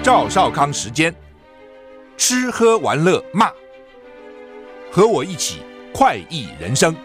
赵少康时间，吃喝玩乐骂，和我一起快意人生。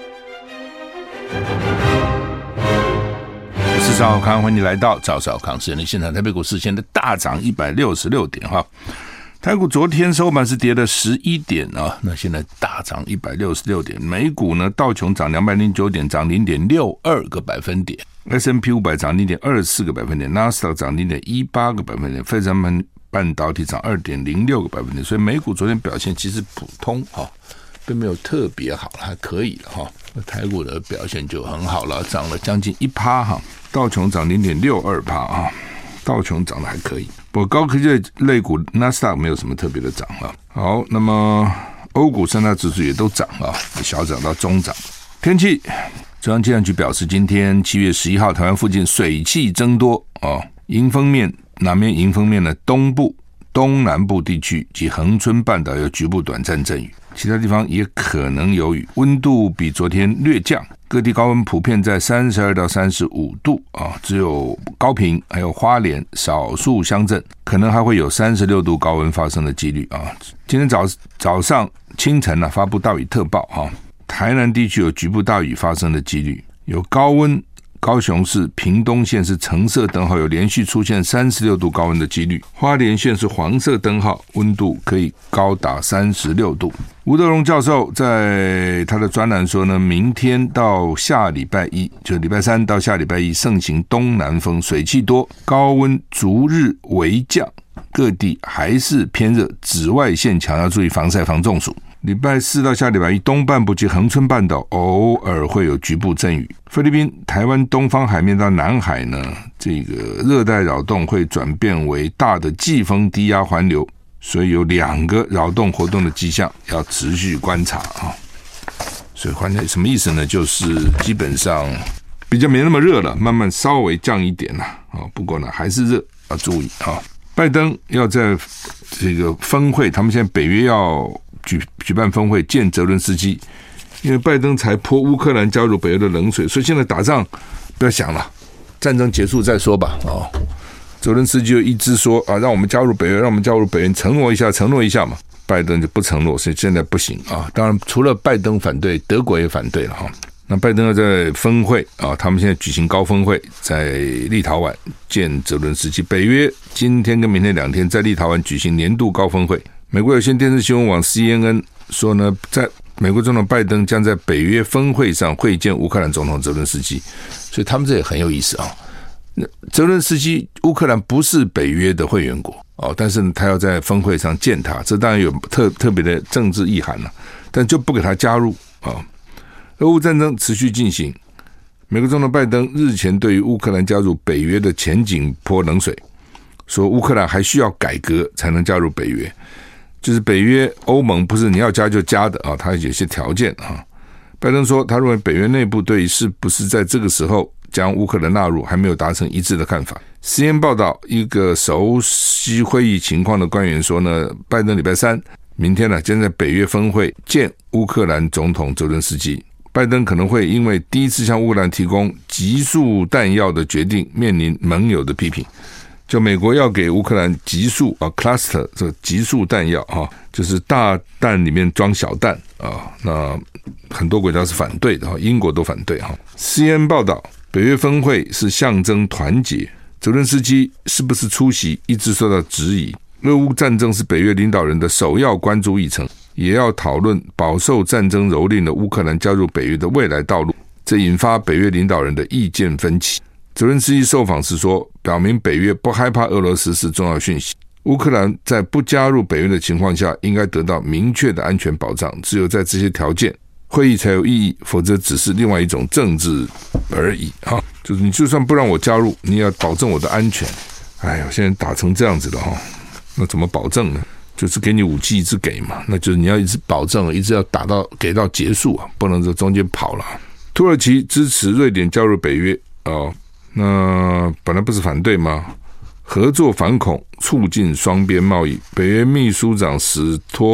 我是赵少康，欢迎你来到赵少康时间的现场。台北股市现在大涨166点哈，台股昨天收盘是跌了11点啊，那现在大涨166点。美股呢，道琼涨209点，涨0.62个百分点。S&P 500涨0.24个百分点，纳斯达克涨0.18个百分点，费城半导体涨2.06个百分点，所以美股昨天表现其实普通哈，并没有特别好，还可以了哈。台股的表现就很好了，涨了将近1%哈，道琼涨0.62%啊，道琼涨得还可以。不过高科技类股纳斯达克没有什么特别的涨啊。好，那么欧股三大指数也都涨啊，小涨到中涨。天气。中央气象局表示，今天7月11号，台湾附近水汽增多哦。迎风面哪面迎风面呢？东部、东南部地区及恒春半岛有局部短暂阵雨，其他地方也可能有雨。温度比昨天略降，各地高温普遍在32到35度啊，只有高屏还有花莲少数乡镇可能还会有36度高温发生的几率啊。今天早上清晨发布大雨特报啊。台南地区有局部大雨发生的几率，有高温，高雄市屏东县是橙色灯号，有连续出现36度高温的几率。花莲县是黄色灯号，温度可以高达36度。吴德荣教授在他的专栏说呢，明天到下礼拜一，就是礼拜三到下礼拜一，盛行东南风，水汽多，高温逐日微降，各地还是偏热，紫外线强，要注意防晒防中暑。礼拜四到下礼拜一，东半部及恒春半岛偶尔会有局部阵雨。菲律宾、台湾东方海面到南海呢，这个热带扰动会转变为大的季风低压环流，所以有2个扰动活动的迹象，要持续观察啊。所以观察什么意思呢？就是基本上比较没那么热了，慢慢稍微降一点啦。不过呢还是热，要注意啊。拜登要在这个峰会，他们现在北约要举办峰会见泽伦斯基，因为拜登才泼乌克兰加入北约的冷水，所以现在打仗不要想了，战争结束再说吧。泽伦斯基就一直说让我们加入北约，让我们加入北约，承诺一下嘛。拜登就不承诺，所以现在不行啊。当然除了拜登反对，德国也反对了哈。那拜登要在峰会他们现在举行高峰会，在立陶宛见泽伦斯基。北约今天跟明天2天在立陶宛举行年度高峰会。美国有线电视新闻网 CNN 说呢，在美国总统拜登将在北约峰会上会见乌克兰总统泽伦斯基，所以他们这也很有意思啊。泽伦斯基乌克兰不是北约的会员国但是他要在峰会上见他，这当然有特别的政治意涵了，但就不给他加入俄乌战争持续进行，美国总统拜登日前对于乌克兰加入北约的前景泼冷水，说乌克兰还需要改革才能加入北约。就是北约欧盟不是你要加就加的它有些条件拜登说他认为北约内部对是不是在这个时候将乌克兰纳入还没有达成一致的看法。CNN 报道，一个熟悉会议情况的官员说呢，拜登礼拜三明天将在北约峰会见乌克兰总统泽伦斯基。拜登可能会因为第一次向乌克兰提供急速弹药的决定面临盟友的批评。就美国要给乌克兰急速cluster 这个急速弹药就是大弹里面装小弹那很多国家是反对的英国都反对CNN 报道，北约峰会是象征团结，泽伦斯基是不是出席一直受到质疑。俄乌战争是北约领导人的首要关注议程，也要讨论饱受战争蹂躏的乌克兰加入北约的未来道路，这引发北约领导人的意见分歧。泽伦斯基受访时说，表明北约不害怕俄罗斯是重要讯息。乌克兰在不加入北约的情况下，应该得到明确的安全保障，只有在这些条件，会议才有意义，否则只是另外一种政治而已就是你就算不让我加入，你也要保证我的安全。哎呀，现在打成这样子了那怎么保证呢？就是给你武器一直给嘛，那就是你要一直保证，一直要打到给到结束不能在中间跑了。土耳其支持瑞典加入北约那本来不是反对吗？合作反恐，促进双边贸易。北约秘书长史托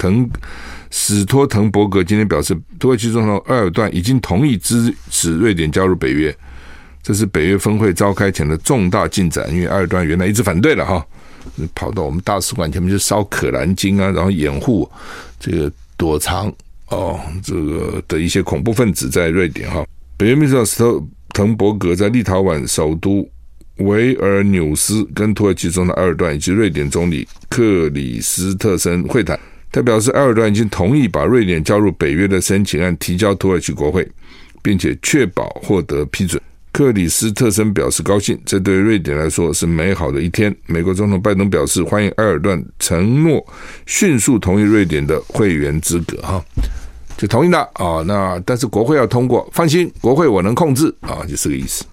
滕伯格今天表示，土耳其总统埃尔段已经同意支持瑞典加入北约，这是北约峰会召开前的重大进展，因为埃尔段原来一直反对了跑到我们大使馆前面就烧可兰经啊，然后掩护这个躲藏这个的一些恐怖分子在瑞典哈。北约秘书长斯特滕伯格在立陶宛首都维尔纽斯跟土耳其总统埃尔段以及瑞典总理克里斯特森会谈，他表示埃尔段已经同意把瑞典加入北约的申请案提交土耳其国会，并且确保获得批准。克里斯特森表示高兴，这对瑞典来说是美好的一天。美国总统拜登表示欢迎埃尔段承诺迅速同意瑞典的会员资格就同意了那但是国会要通过，放心，国会我能控制就是这个意思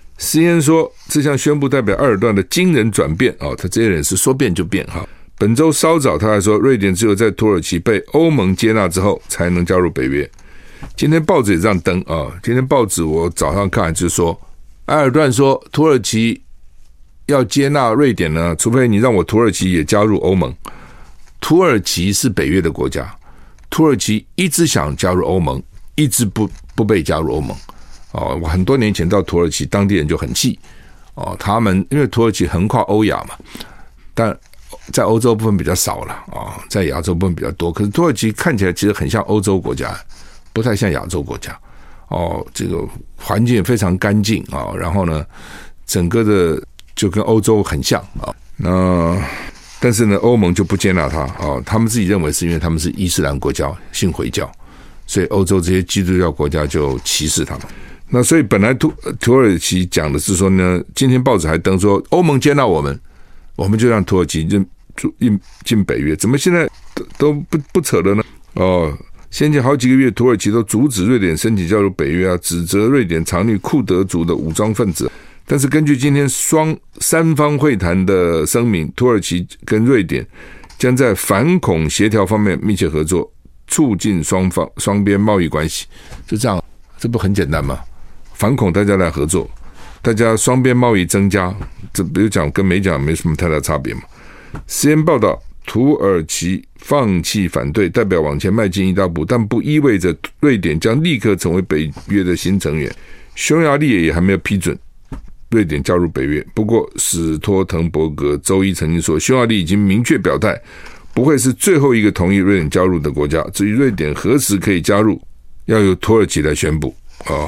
CNN 说这项宣布代表埃尔段的惊人转变他这些人是说变就变本周稍早他还说瑞典只有在土耳其被欧盟接纳之后才能加入北约。今天报纸也这样登今天报纸我早上看就是说埃尔段说土耳其要接纳瑞典呢，除非你让我土耳其也加入欧盟。土耳其是北约的国家，土耳其一直想加入欧盟，一直不被加入欧盟我很多年前到土耳其，当地人就很气他们因为土耳其横跨欧亚嘛，但在欧洲部分比较少了在亚洲部分比较多，可是土耳其看起来其实很像欧洲国家，不太像亚洲国家这个环境也非常干净然后呢整个的就跟欧洲很像但是呢欧盟就不接纳他他们自己认为是因为他们是伊斯兰国家，信回教，所以欧洲这些基督教国家就歧视他们。那所以本来土耳其讲的是说呢，今天报纸还登说欧盟接纳我们就让土耳其进北约，怎么现在都不扯了呢先前好几个月土耳其都阻止瑞典申请加入北约指责瑞典藏匿库德族的武装分子。但是根据今天三方会谈的声明，土耳其跟瑞典将在反恐协调方面密切合作，促进双边贸易关系。就这样，这不很简单吗？反恐大家来合作，大家双边贸易增加，这比如讲跟没讲没什么太大差别嘛。CNN 报道，土耳其放弃反对，代表往前迈进一大步，但不意味着瑞典将立刻成为北约的新成员。匈牙利也还没有批准瑞典加入北约，不过史托滕伯格周一曾经说，匈牙利已经明确表态不会是最后一个同意瑞典加入的国家，至于瑞典何时可以加入，要由土耳其来宣布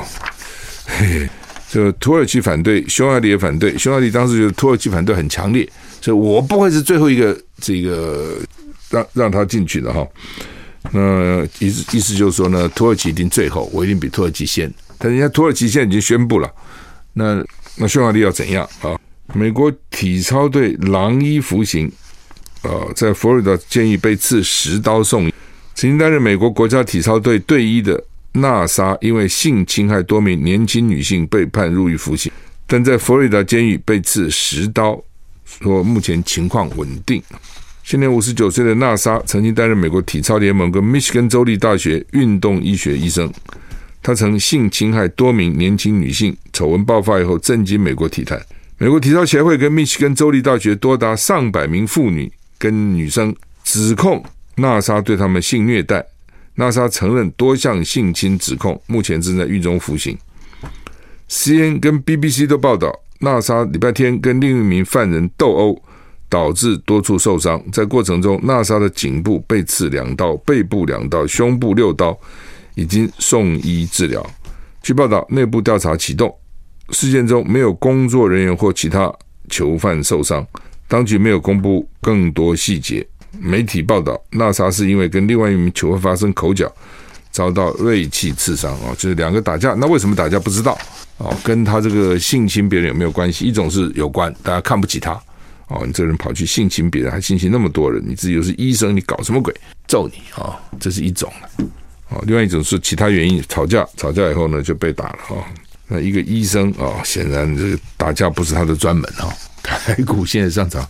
就土耳其反对，匈牙利也反对，匈牙利当时觉得土耳其反对很强烈，所以我不会是最后一个这个让他进去的那意思就是说呢，土耳其一定最后，我一定比土耳其先，但人家土耳其现在已经宣布了，那匈牙利要怎样美国体操队狼医服刑在佛罗里达监狱被刺10刀送医。曾经担任美国国家体操队队医的纳莎因为性侵害多名年轻女性被判入狱服刑，但在佛罗里达监狱被刺10刀，说目前情况稳定。现年59岁的纳莎曾经担任美国体操联盟跟密歇根州立大学运动医学医生，他曾性侵害多名年轻女性，丑闻爆发以后震惊美国体坛。美国体操协会跟密歇根州立大学多达上百名妇女跟女生指控纳莎对他们性虐待，纳莎承认多项性侵指控，目前正在狱中服刑。CNN 跟 BBC 都报道，纳莎礼拜天跟另一名犯人斗殴，导致多处受伤，在过程中纳莎的颈部被刺2刀，背部2刀，胸部6刀，已经送医治疗。据报道，内部调查启动，事件中没有工作人员或其他囚犯受伤，当局没有公布更多细节。媒体报道，纳莎是因为跟另外一名囚犯发生口角，遭到锐器刺伤就是2个打架。那为什么打架不知道跟他这个性侵别人有没有关系？一种是有关，大家看不起他你这人跑去性侵别人，还性侵那么多人，你自己又是医生，你搞什么鬼？揍你这是一种另外一种是其他原因，吵架以后呢就被打了那一个医生显然这个打架不是他的专门台股现在上涨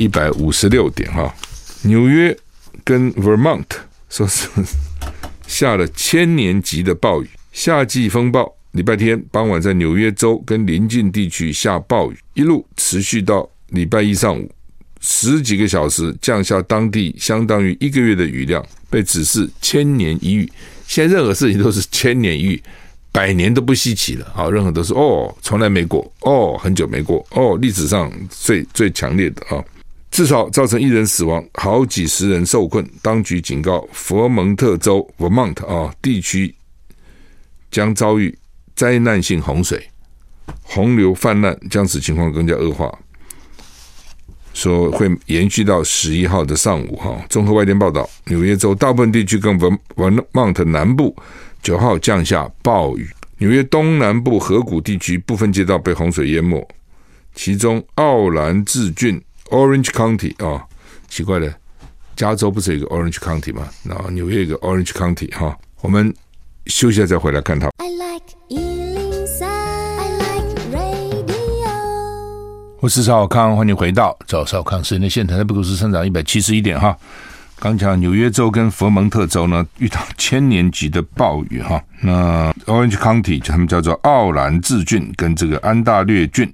156点纽约跟 Vermont 说是下了1000年级的暴雨，夏季风暴礼拜天傍晚在纽约州跟邻近地区下暴雨，一路持续到礼拜一上午，10几个小时降下当地相当于1个月的雨量，被指示1000年一遇。现在任何事情都是1000年一遇，100年都不稀奇了任何都是从来没过很久没过历史上最强烈的至少造成1人死亡，好几十人受困。当局警告佛蒙特州 Vermont 地区将遭遇灾难性洪水，洪流泛滥将使情况更加恶化，说会延续到11号的上午。综合外电报道，纽约州大部分地区跟 Vermont 南部9号降下暴雨，纽约东南部河谷地区部分街道被洪水淹没，其中奥兰治郡 Orange County 奇怪的，加州不是有一个 Orange County 吗？然后纽约有一个 Orange County 我们休息一下再回来看它。I like 103, I like radio。 我是赵少康，欢迎回到赵少康时间的现场。台北股市上涨171点刚讲纽约州跟佛蒙特州呢遇到1000年级的暴雨那 Orange County 他们叫做奥兰治郡跟这个安大略郡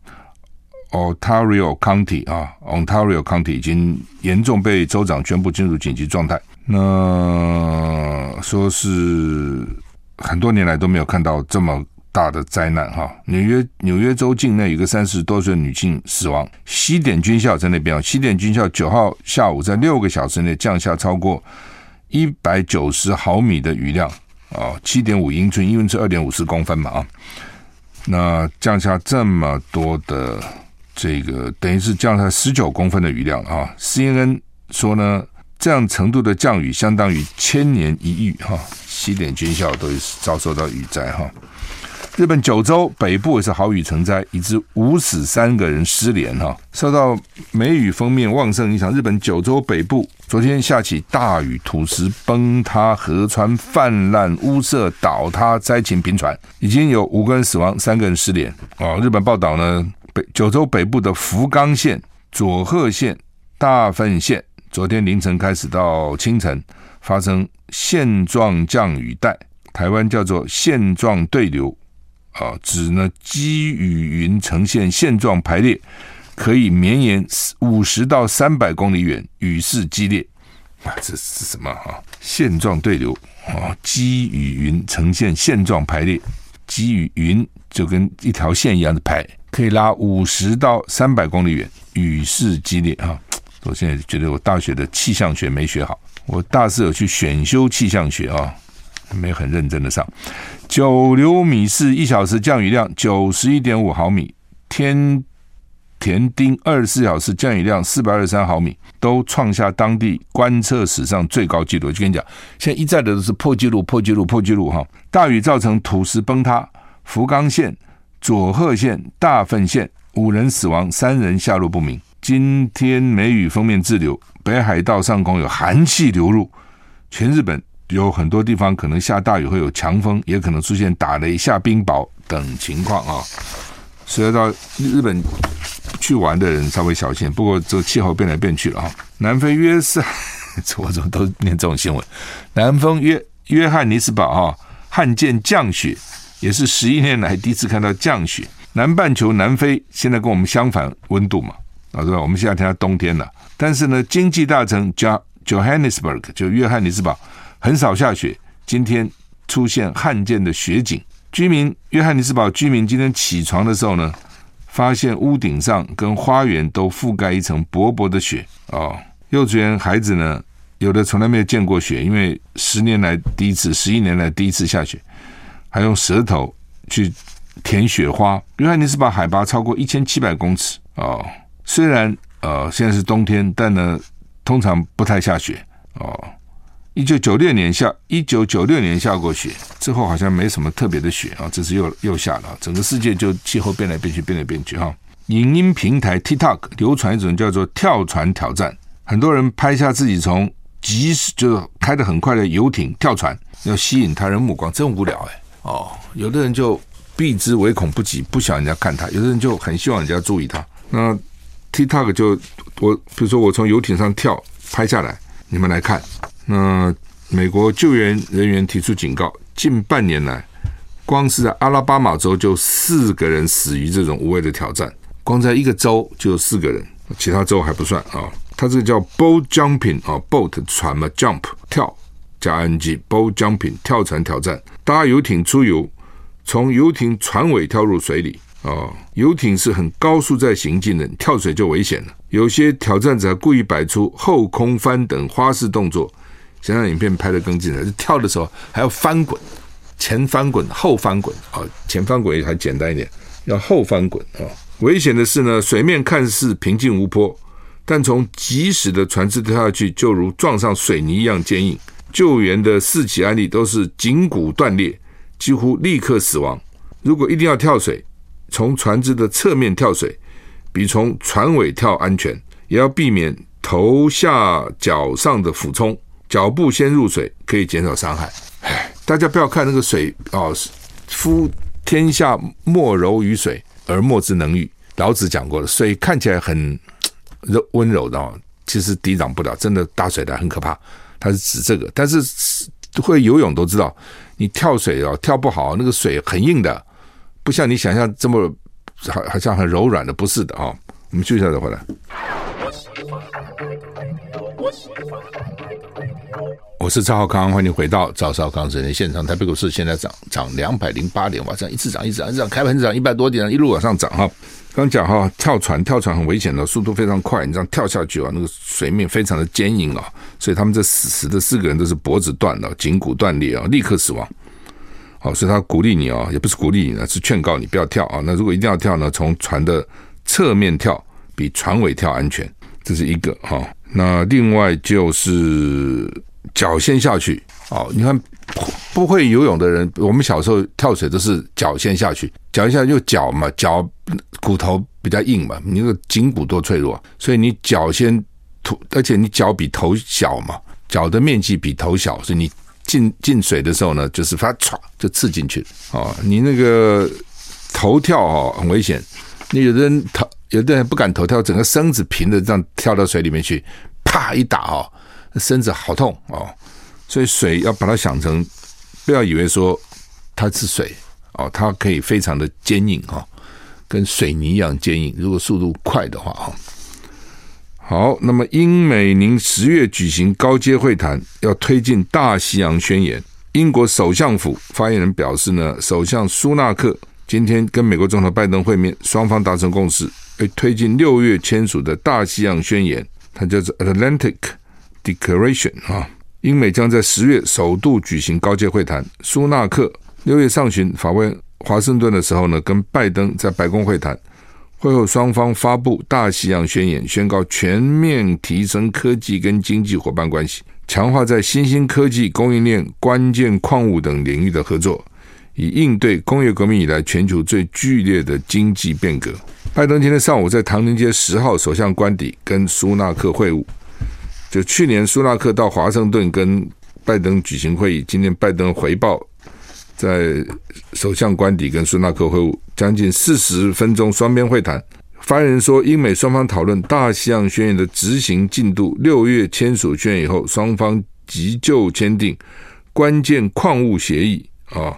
Ontario County 已经严重被州长宣布进入紧急状态。那说是很多年来都没有看到这么大的灾难纽约州境内有个30多岁的女性死亡。西点军校在那边西点军校9号下午在6个小时内降下超过190毫米的雨量7.5英寸，英寸是2.54公分嘛那降下这么多的这个等于是降下19公分的雨量CNN 说呢，这样程度的降雨相当于1000年一遇西点军校都遭受到雨灾日本九州北部也是豪雨成灾，以致5死3个人失联受到梅雨锋面旺盛影响，日本九州北部昨天下起大雨，土石崩塌，河川泛滥，屋舍倒塌，灾情频传，已经有5个人死亡，3个人失联日本报道呢，九州北部的福冈县、佐贺县、大分县昨天凌晨开始到清晨发生线状降雨带，台湾叫做线状对流指呢积雨云呈现线状排列，可以绵延50到300公里远，雨势激烈这是什么线状对流积雨云呈现线状排列，积雨云就跟一条线一样的排，可以拉50到300公里远，雨势激烈我现在觉得我大学的气象学没学好，我大四有去选修气象学没很认真的上。九流米市1小时降雨量 91.5 毫米，田町24小时降雨量423毫米，都创下当地观测史上最高纪录。就跟你讲，现在一再的都是破纪录大雨造成土石崩塌，福冈县、佐贺县、大分县5人死亡，3人下落不明。今天梅雨锋面滞留，北海道上空有寒气流入，全日本有很多地方可能下大雨，会有强风，也可能出现打雷、下冰雹等情况所以到日本去玩的人稍微小心，不过这个气候变来变去了南非约瑟我怎么都念这种新闻？南非约翰尼斯堡罕见降雪，也是11年来第一次看到降雪。南半球南非现在跟我们相反温度嘛对吧？我们现在听到冬天了，但是呢，经济大城 Johannesburg 就约翰尼斯堡很少下雪，今天出现罕见的雪景。约翰尼斯堡居民今天起床的时候呢，发现屋顶上跟花园都覆盖一层薄薄的雪幼稚园孩子呢，有的从来没有见过雪，因为11年来第一次下雪，还用舌头去舔雪花。约翰尼斯堡海拔超过1700公尺虽然现在是冬天，但呢通常不太下雪1996年下过雪，之后好像没什么特别的雪这次又下了，整个世界就气候变来变去影音平台 TikTok 流传一种叫做跳船挑战，很多人拍下自己从就开得很快的游艇跳船，要吸引他人目光，真无聊有的人就避之唯恐不及，不想人家看他，有的人就很希望人家注意他。那 TikTok 就比如说我从游艇上跳拍下来，你们来看。那美国救援人员提出警告，近半年来光是在阿拉巴马州就4个人死于这种无谓的挑战，光在一个州就有4个人，其他州还不算它这个叫 boat jumping boat 船嘛 jump 跳加 ing boat jumping 跳船挑战，搭游艇出游，从游艇船尾跳入水里游艇是很高速在行进的，跳水就危险了。有些挑战者还故意摆出后空翻等花式动作，想让影片拍得更精彩。跳的时候还要翻滚，前翻滚后翻滚前翻滚还简单一点，要后翻滚危险的是呢，水面看似平静无波，但从即使的船只跳下去就如撞上水泥一样坚硬。救援的4起案例都是颈骨断裂，几乎立刻死亡。如果一定要跳水，从船只的侧面跳水比从船尾跳安全，也要避免头下脚上的俯冲，脚步先入水可以减少伤害。大家不要看那个水夫天下莫柔于水，而莫之能御。老子讲过了，水看起来很温柔的其实抵挡不了，真的大水来很可怕。它是指这个，但是会游泳都知道，你跳水跳不好，那个水很硬的，不像你想象这么好像很柔软的，不是的我们休息一下再回来。我是赵浩康，欢迎回到赵少康主持现场。台北股市现在涨208点，哇，这样一直涨，开盘涨100多点，一路往上涨刚讲跳船很危险的，速度非常快，你这样跳下去那个水面非常的坚硬所以他们这死的4个人都是脖子断了，颈骨断裂立刻死亡。所以他鼓励你也不是鼓励你是劝告你不要跳那如果一定要跳呢，从船的侧面跳比船尾跳安全，这是一个那另外就是脚先下去你看不会游泳的人，我们小时候跳水都是脚先下去，脚一下就脚嘛，脚骨头比较硬嘛，你那个颈骨多脆弱，所以你脚先而且你脚比头小嘛，脚的面积比头小，所以你进水的时候呢，就是它唰就刺进去你那个头跳很危险，你有的人不敢头跳，整个身子平的这样跳到水里面去，啪一打身子好痛所以水要把它想成，不要以为说它是水它可以非常的坚硬跟水泥一样坚硬，如果速度快的话好，那么英美宁10月举行高阶会谈，要推进大西洋宣言。英国首相府发言人表示呢，首相苏纳克今天跟美国总统拜登会面，双方达成共识，会推进6月签署的大西洋宣言，它叫做 Atlantic Declaration 英美将在10月首度举行高阶会谈。苏纳克6月上旬访问华盛顿的时候呢，跟拜登在白宫会谈，会后双方发布大西洋宣言，宣告全面提升科技跟经济伙伴关系，强化在新兴科技、供应链、关键矿物等领域的合作，以应对工业革命以来全球最剧烈的经济变革。拜登今天上午在唐宁街10号首相官邸跟苏纳克会晤，就去年苏纳克到华盛顿跟拜登举行会议，今天拜登回报在首相官邸跟苏纳克会晤，将近40分钟双边会谈。发言人说，英美双方讨论大西洋宣言的执行进度，6月签署宣言以后，双方急就签订关键矿物协议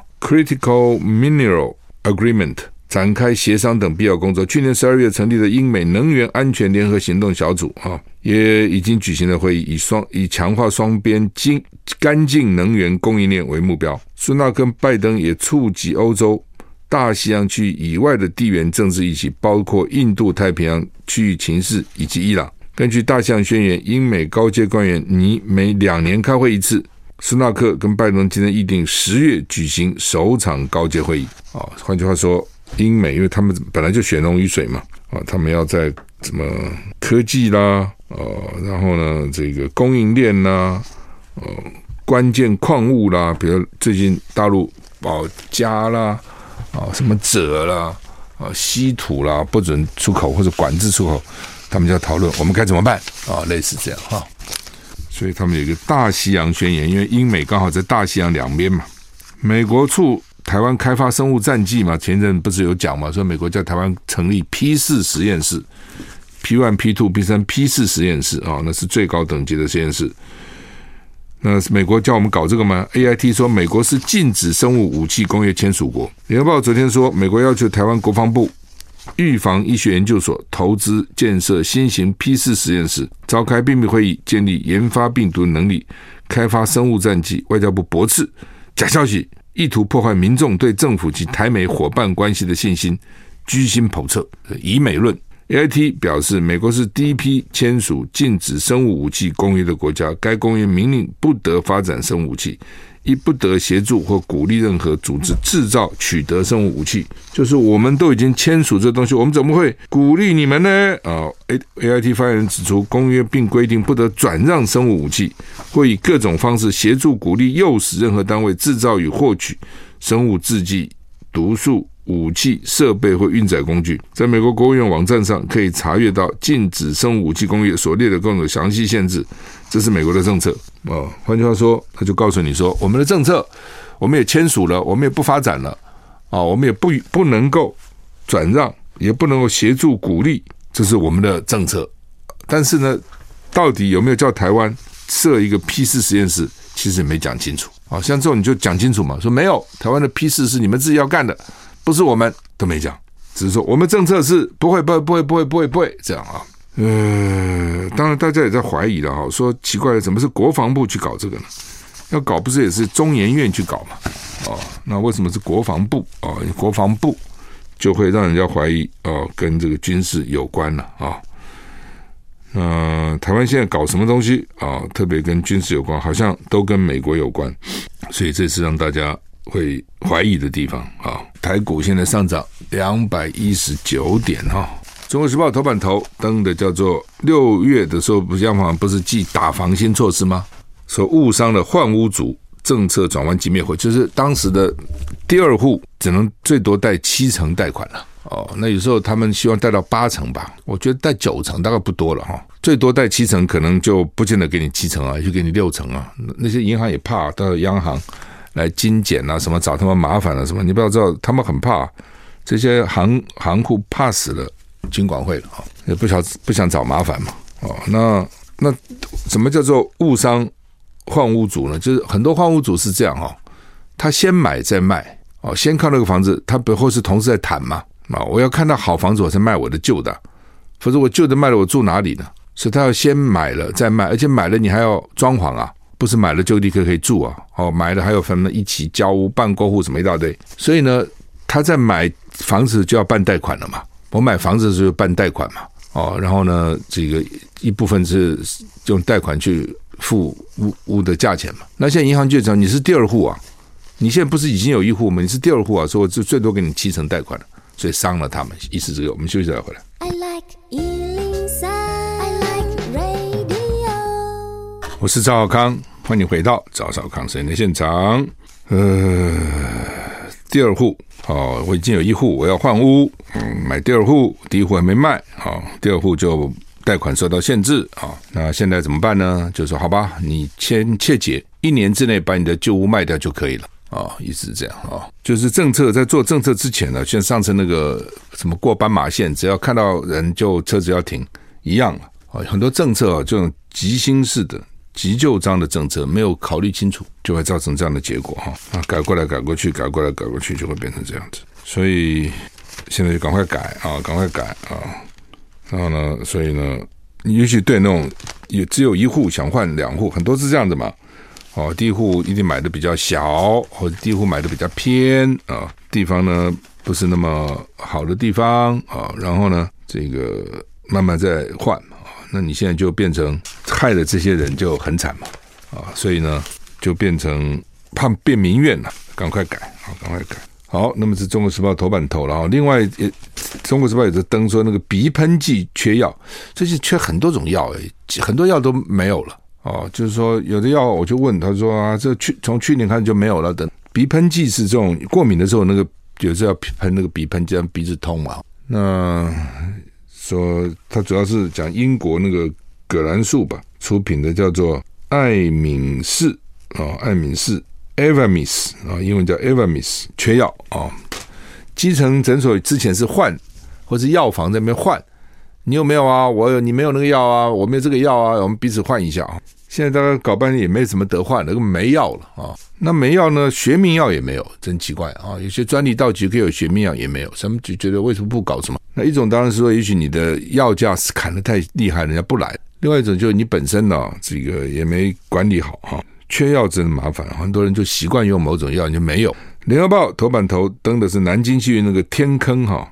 Critical Mineral Agreement 展开协商等必要工作。去年12月成立的英美能源安全联合行动小组也已经举行了会议，以强化双边干净能源供应链为目标。苏纳克跟拜登也触及欧洲、大西洋区域以外的地缘政治议题，包括印度太平洋区域情势以及伊朗。根据大西洋宣言，英美高阶官员拟每2年开会一次。苏纳克跟拜登今天议定10月举行首场高阶会议换句话说，英美因为他们本来就血浓于水嘛他们要在什么科技啦然后呢这个供应链啦关键矿物啦，比如最近大陆镓啦什么锗啦稀土啦不准出口或者管制出口，他们就要讨论我们该怎么办类似这样所以他们有一个大西洋宣言，因为英美刚好在大西洋两边嘛。美国驻台湾开发生物战剂嘛，前阵不是有讲嘛，说美国在台湾成立 P4 实验室 P1、P2、P3、P4 实验室那是最高等级的实验室。那美国叫我们搞这个吗？ AIT 说美国是禁止生物武器工业签署国。联合报昨天说，美国要求台湾国防部预防医学研究所投资建设新型 P4 实验室，召开秘密会议，建立研发病毒能力，开发生物战剂。外交部驳斥假消息，意图破坏民众对政府及台美伙伴关系的信心， 居心叵测，以美论。AIT 表示，美国是第一批签署禁止生物武器公约的国家，该公约明令不得发展生物武器，亦不得协助或鼓励任何组织制造、取得生物武器。就是我们都已经签署这东西，我们怎么会鼓励你们呢？AIT 发言人指出，公约并规定不得转让生物武器，或以各种方式协助、鼓励、诱使任何单位制造与获取生物制剂、毒素、武器、设备或运载工具。在美国国务院网站上可以查阅到禁止生物武器公约所列的各种详细限制，这是美国的政策。换句话说，他就告诉你说，我们的政策我们也签署了，我们也不发展了，我们也不能够转让，也不能够协助鼓励，这是我们的政策。但是呢，到底有没有叫台湾设一个 P4 实验室，其实也没讲清楚。像这种你就讲清楚嘛，说没有，台湾的 P4 是你们自己要干的，不是我们，都没讲，只是说我们政策是不会这样啊。当然大家也在怀疑了说奇怪了，怎么是国防部去搞这个呢？要搞不是也是中研院去搞嘛？那为什么是国防部？国防部就会让人家怀疑跟这个军事有关了台湾现在搞什么东西特别跟军事有关，好像都跟美国有关，所以这是让大家会怀疑的地方台股现在上涨219点中国时报头版头登的叫做6月的时候，央行不是继打防新措施吗？说误伤了换屋族，政策转弯即灭火，就是当时的第二户只能最多贷7成贷款了那有时候他们希望贷到8成吧，我觉得贷9成大概不多了最多贷7成可能就不见得给你7成就给你6成那些银行也怕到央行来精简什么找他们麻烦什么，你不要知道他们很怕，这些行库怕死了金管会了也不想找麻烦嘛那什么叫做误伤换屋主呢？就是很多换屋主是这样他先买再卖先看那个房子，他背后是同时在谈嘛我要看到好房子我才卖我的旧的，否则我旧的卖了我住哪里呢？所以他要先买了再卖，而且买了你还要装潢不是买了就立刻可以住买了还有分一起交屋办过户什么一大堆，所以呢他在买房子就要办贷款了嘛，我买房子的时候办贷款嘛然后呢这个一部分是用贷款去付屋的价钱嘛，那现在银行就讲你是第二户你现在不是已经有一户吗？你是第二户所以我就最多给你7成贷款了，所以伤了他们，意思这个。我们休息再回来。I like 103, I like radio。 我是赵少康，欢迎回到赵少康时间的现场。第二户我已经有一户，我要换屋买第二户，第一户还没卖第二户就贷款受到限制那现在怎么办呢？就说好吧，你先切结1年之内把你的旧屋卖掉就可以了意思是这样就是政策在做政策之前呢，像上次那个什么过斑马线，只要看到人就车子要停一样很多政策这种急新式的急就章的政策没有考虑清楚，就会造成这样的结果改过来改过去，改过来改过去，就会变成这样子。所以现在就赶快改赶快改然后呢，所以呢，你也许对那种也只有一户想换2户，很多是这样的嘛第一户一定买的比较小，或者第一户买的比较偏地方呢不是那么好的地方然后呢这个慢慢再换那你现在就变成害了这些人就很惨嘛所以呢就变成怕变民怨了，赶快改赶快改。好，那么是中国时报头版头了另外中国时报有在登说那个鼻喷剂缺药，最近缺很多种药很多药都没有了就是说有的药我就问他说这从去年开始就没有了等。鼻喷剂是这种过敏的时候那个有时候要喷那个鼻喷剂让鼻子通嘛，那说他主要是讲英国那个葛兰素吧出品的叫做艾敏士艾敏士 Avamis 英文叫 Avamis 缺药基层诊所之前是换或是药房在那边换，你有没有你没有那个药我没有这个药我们彼此换一下现在大概搞半天也没什么得换了，没药了那没药呢，学名药也没有，真奇怪有些专利到期可以有学名药也没有，他们就觉得为什么不搞什么？那一种当然是说也许你的药价砍得太厉害人家不来，另外一种就是你本身这个也没管理好缺药真的麻烦，很多人就习惯用某种药你就没有。联合报头版头登的是南京戏院那个天坑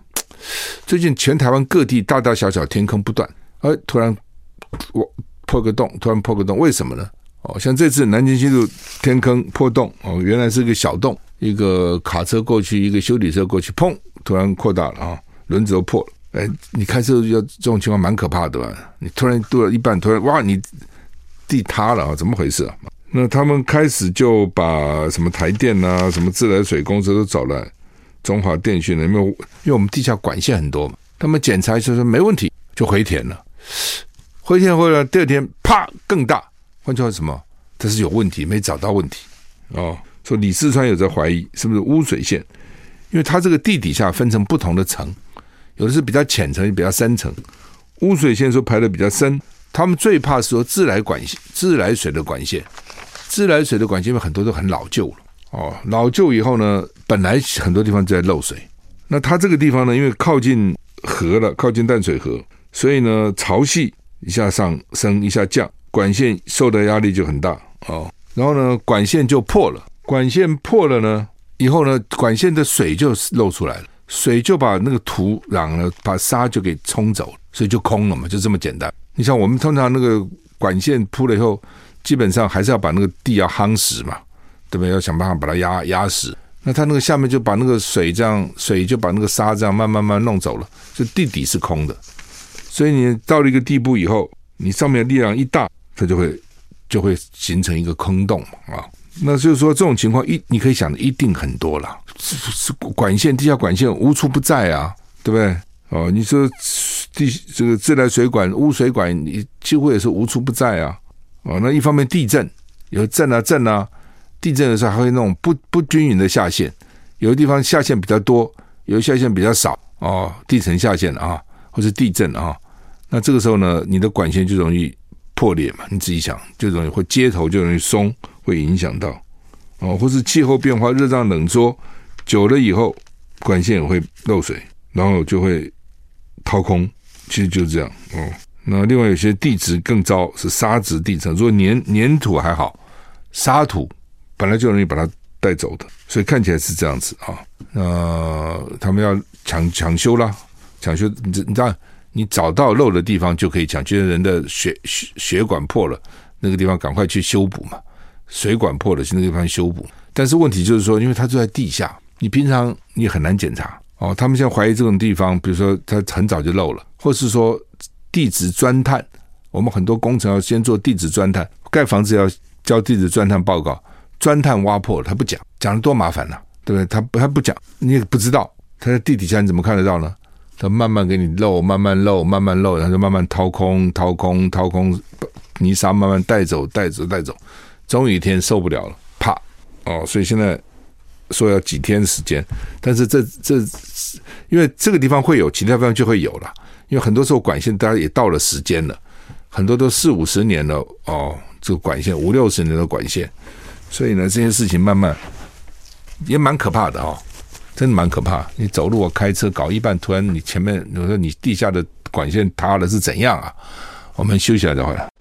最近全台湾各地大大小小天坑不断，突然破个洞，为什么呢？像这次南京西路天坑破洞，原来是个小洞，一个卡车过去，一个修理车过去，砰，突然扩大了啊，轮子都破了。你开车要这种情况蛮可怕的吧？你突然渡了一半，突然哇，你地塌了啊，怎么回事啊？那他们开始就把什么台电啊、什么自来水公司都找来，中华电讯因为我们地下管线很多嘛，他们检查就说没问题，就回填了。回填回来，第二天啪更大，换句话什么？这是有问题，没找到问题说李四川有在怀疑是不是污水线，因为它这个地底下分成不同的层，有的是比较浅层，比较深层。污水线说排的比较深，他们最怕是说自来水的管线，因为很多都很老旧了老旧以后呢，本来很多地方就在漏水。那它这个地方呢，因为靠近河了，靠近淡水河，所以呢潮汐一下上升一下降，管线受的压力就很大然后呢管线就破了呢以后呢，管线的水就漏出来了，水就把那个土壤呢，把沙就给冲走了，所以就空了嘛，就这么简单。你像我们通常那个管线铺了以后，基本上还是要把那个地要夯实嘛，对不对？要想办法把它压实。那它那个下面就把那个水就把那个沙这样慢慢弄走了，所以地底是空的。所以你到了一个地步以后，你上面的力量一大，它就会形成一个坑洞那就是说这种情况你可以想的一定很多了，管线地下管线无处不在啊，对不对？你说这个自来水管、污水管，你几乎也是无处不在啊。那一方面地震有震啊，地震的时候还会那种不均匀的下陷，有的地方下陷比较多，有的下陷比较少地层下陷或是地震那这个时候呢，你的管线就容易破裂嘛，你自己想，就容易会接头就容易松，会影响到或是气候变化、热胀冷缩久了以后，管线也会漏水，然后就会掏空，其实就是这样那另外有些地质更糟，是沙质地层，如果粘土还好，沙土本来就容易把它带走的，所以看起来是这样子他们要抢修啦，你知道，你找到漏的地方就可以抢，就是人的血管破了，那个地方赶快去修补嘛，水管破了去那个地方修补。但是问题就是说，因为它就在地下，你平常你很难检查他们现在怀疑这种地方，比如说它很早就漏了，或是说地质钻探，我们很多工程要先做地质钻探，盖房子要交地质钻探报告，钻探挖破了他不讲得多麻烦对不对？他不讲，你也不知道他在地底下你怎么看得到呢？他慢慢给你漏，慢慢漏，然后就慢慢掏空，泥沙慢慢带走，终于一天受不了了，啪所以现在说要几天时间，但是这因为这个地方会有，其他地方就会有了，因为很多时候管线大家也到了时间了，很多都40-50年了这个管线50-60年的管线，所以呢这些事情慢慢也蛮可怕的真的蛮可怕。你走路开车搞一半，突然你前面有时候你地下的管线塌了是怎样啊？我们休息了再回来。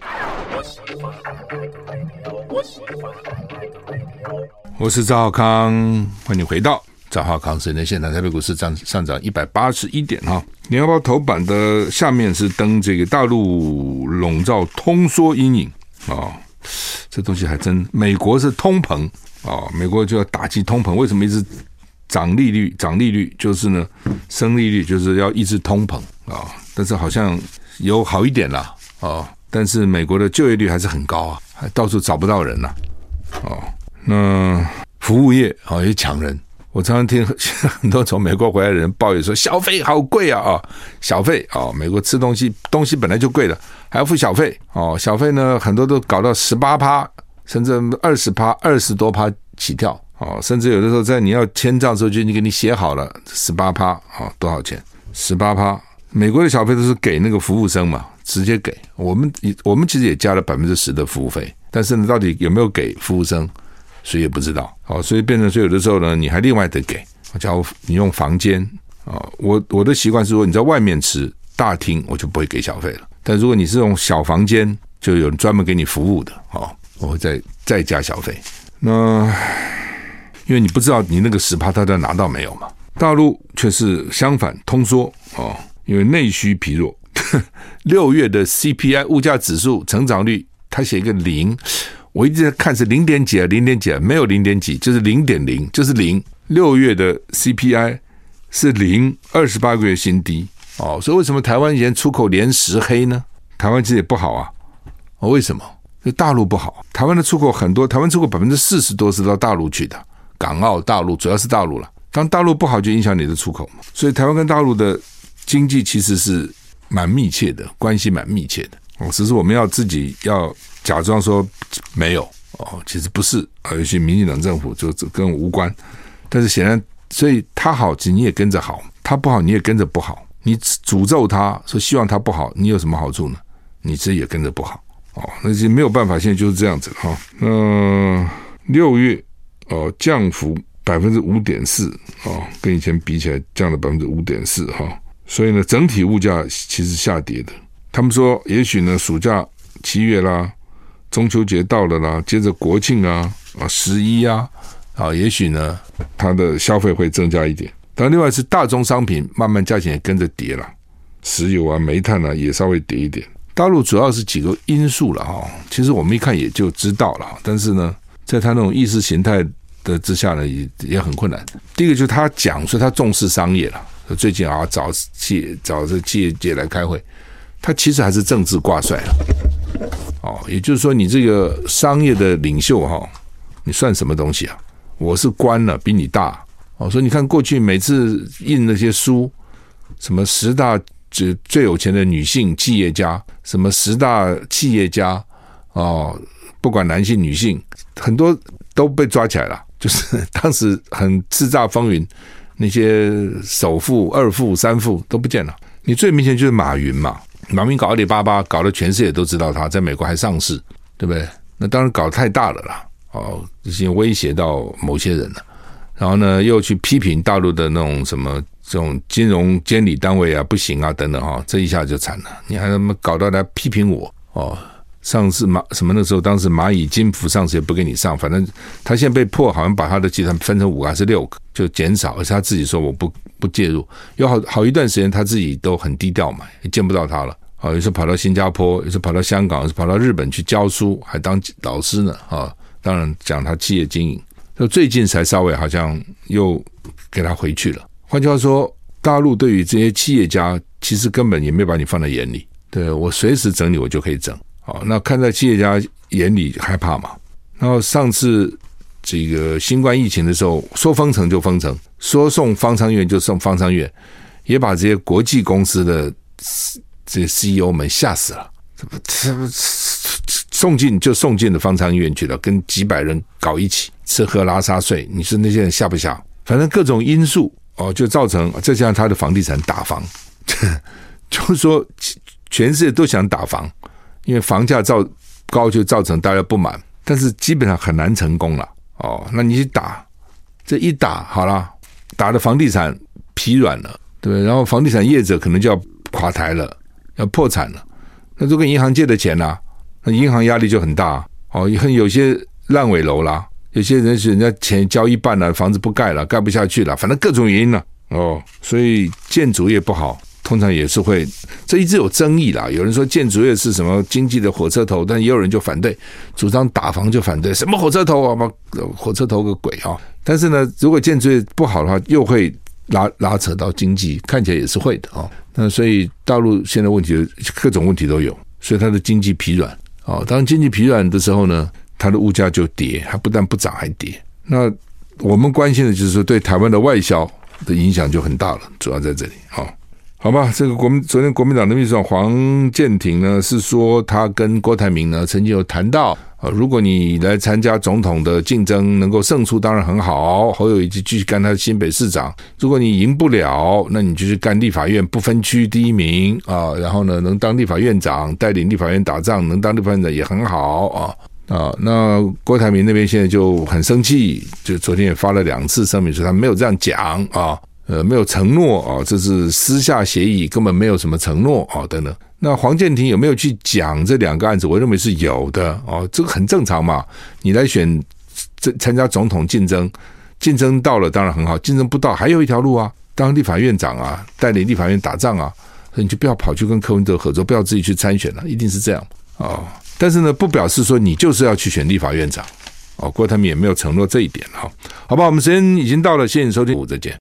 我是赵浩康，欢迎回到赵浩康时间现场。台北股市上涨181点联合报头版的下面是登这个大陆笼罩通缩阴影这东西还真，美国是通膨美国就要打击通膨，为什么一直涨利率就是呢，升利率就是要抑制通膨但是好像有好一点啦但是美国的就业率还是很高还到处找不到人那服务业也抢人，我常常听很多从美国回来的人抱怨说小费好贵小费美国吃东西本来就贵了，还要付小费小费呢很多都搞到18%甚至20%多起跳甚至有的时候在你要签账的时候就已经给你写好了18%多少钱18%。美国的小费都是给那个服务生嘛，直接给我们其实也加了10%的服务费，但是呢到底有没有给服务生谁也不知道所以变成说有的时候呢你还另外得给，假如你用房间我的习惯是说你在外面吃大厅我就不会给小费了，但如果你是用小房间就有人专门给你服务的我会再加小费。那因为你不知道你那个10%他都拿到没有嘛大陆却是相反通缩因为内需疲弱。6月的 CPI 物价指数成长率，他写一个0，我一直在看是0点几啊0点几啊，没有0点几，就是 0.0， 就是0。6月的 CPI 是0 ，28个月新低所以为什么台湾以前出口连10黑呢？台湾其实也不好啊为什么？就大陆不好，台湾的出口很多，台湾出口40%多是到大陆去的，港澳大陆主要是大陆了。当大陆不好就影响你的出口嘛，所以台湾跟大陆的经济其实是蛮密切的，关系蛮密切的只是我们要自己要假装说没有其实不是尤其民进党政府就跟我无关，但是显然，所以他好，其实你也跟着好，他不好你也跟着不好，你诅咒他说希望他不好，你有什么好处呢？你自己也跟着不好那就没有办法，现在就是这样子6月降幅 5.4% 跟以前比起来降了 5.4% 所以呢整体物价其实下跌的。他们说也许呢暑假7月啦，中秋节到了啦，接着国庆11也许呢它的消费会增加一点。但另外是大宗商品慢慢价钱也跟着跌了，石油煤炭也稍微跌一点。大陆主要是几个因素了其实我们一看也就知道了，但是呢在他那种意识形态的之下呢也很困难。第一个就是他讲说他重视商业了，最近找这企业界来开会，他其实还是政治挂帅了也就是说你这个商业的领袖你算什么东西啊？我是官了，比你大所以你看过去每次印那些书，什么10大最有钱的女性企业家，什么10大企业家不管男性女性，很多都被抓起来了，就是当时很叱咤风云，那些首富、二富、三富都不见了。你最明显就是马云嘛，马云搞阿里巴巴，搞得全世界都知道他，在美国还上市，对不对？那当然搞得太大了啦已经威胁到某些人了。然后呢，又去批评大陆的那种什么这种金融监理单位不行等等这一下就惨了。你还他妈搞到来批评我上市什么那时候当时蚂蚁金服上市也不给你上，反正他现在被迫好像把他的集团分成5个还是6个就减少，而且他自己说我不介入。有好一段时间他自己都很低调嘛，也见不到他了有时候跑到新加坡，有时候跑到香港，有时候跑到日本去教书，还当老师呢当然讲他企业经营，就最近才稍微好像又给他回去了。换句话说，大陆对于这些企业家其实根本也没有把你放在眼里，对，我随时整你我就可以整那看在企业家眼里害怕嘛。然后上次这个新冠疫情的时候，说封城就封城，说送方舱医院就送方舱医院，也把这些国际公司的这些 CEO 们吓死了，送进了方舱医院去了，跟几百人搞一起吃喝拉撒睡，你说那些人吓不吓？反正各种因素就造成，再加上他的房地产打房就是说全世界都想打房，因为房价高就造成大家不满，但是基本上很难成功了那你去打，这一打好了，打的房地产疲软了，对不对？然后房地产业者可能就要垮台了，要破产了，那都跟银行借的钱那银行压力就很大有些烂尾楼啦，有些人家钱交一半了，房子不盖了，盖不下去了，反正各种原因了所以建筑业不好，通常也是会，这一直有争议啦。有人说建筑业是什么经济的火车头，但也有人就反对，主张打房就反对，什么火车头火车头个鬼但是呢，如果建筑业不好的话，又会拉扯到经济，看起来也是会的那所以大陆现在问题各种问题都有，所以它的经济疲软当经济疲软的时候呢，它的物价就跌，它不但不涨还跌。那我们关心的就是说对台湾的外销的影响就很大了，主要在这里好吧。这个昨天国民党的秘书长黄健庭呢是说，他跟郭台铭呢曾经有谈到如果你来参加总统的竞争能够胜出当然很好，侯友宜就继续干他的新北市长，如果你赢不了，那你就去干立法院不分区第1名然后呢能当立法院长，带领立法院打仗，能当立法院长也很好那郭台铭那边现在就很生气，就昨天也发了2次声明说他没有这样讲没有承诺这是私下协议，根本没有什么承诺等等。那黄健庭有没有去讲这2个案子？我认为是有的这个很正常嘛。你来参加总统竞争， 竞争到了当然很好，竞争不到还有一条路啊，当立法院长啊，带领立法院打仗啊，你就不要跑去跟柯文哲合作，不要自己去参选了，一定是这样哦。但是呢，不表示说你就是要去选立法院长哦，不过他们也没有承诺这一点哈。好吧，我们时间已经到了，谢谢你收听，再见。